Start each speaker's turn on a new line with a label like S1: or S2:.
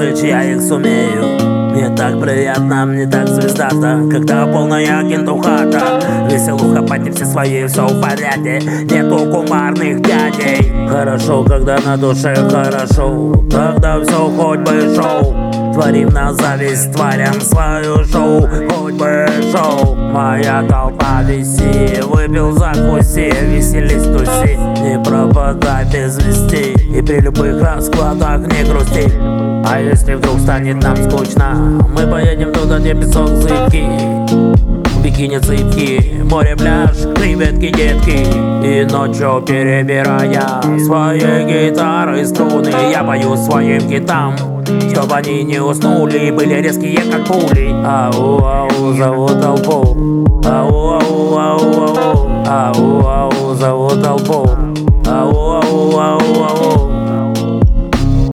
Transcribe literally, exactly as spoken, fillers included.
S1: достичь я их сумею. Мне так приятно, мне так звездато, когда полная кентухата. Веселуха, пати все свои, все в порядке, нету кумарных дядей. Хорошо, когда на душе хорошо, тогда все хоть бы шоу. Творим на зависть тварям свое шоу, хоть бы шоу. Моя толпа виси, выпил закуси, веселись туси, не пропадай без вести, и при любых раскладах не грусти. А если вдруг станет нам скучно, мы поедем туда, где песок зыбкий, бикини цыпки, море, пляж, креветки, детки. И ночью, перебирая свои гитары струны, я пою своим гитам, чтоб они не уснули и были резкие, как пули. Ау-ау, зовут толпу, ау-ау-ау-ау, ау-ау, зовут толпу, ау-ау-ау-ау.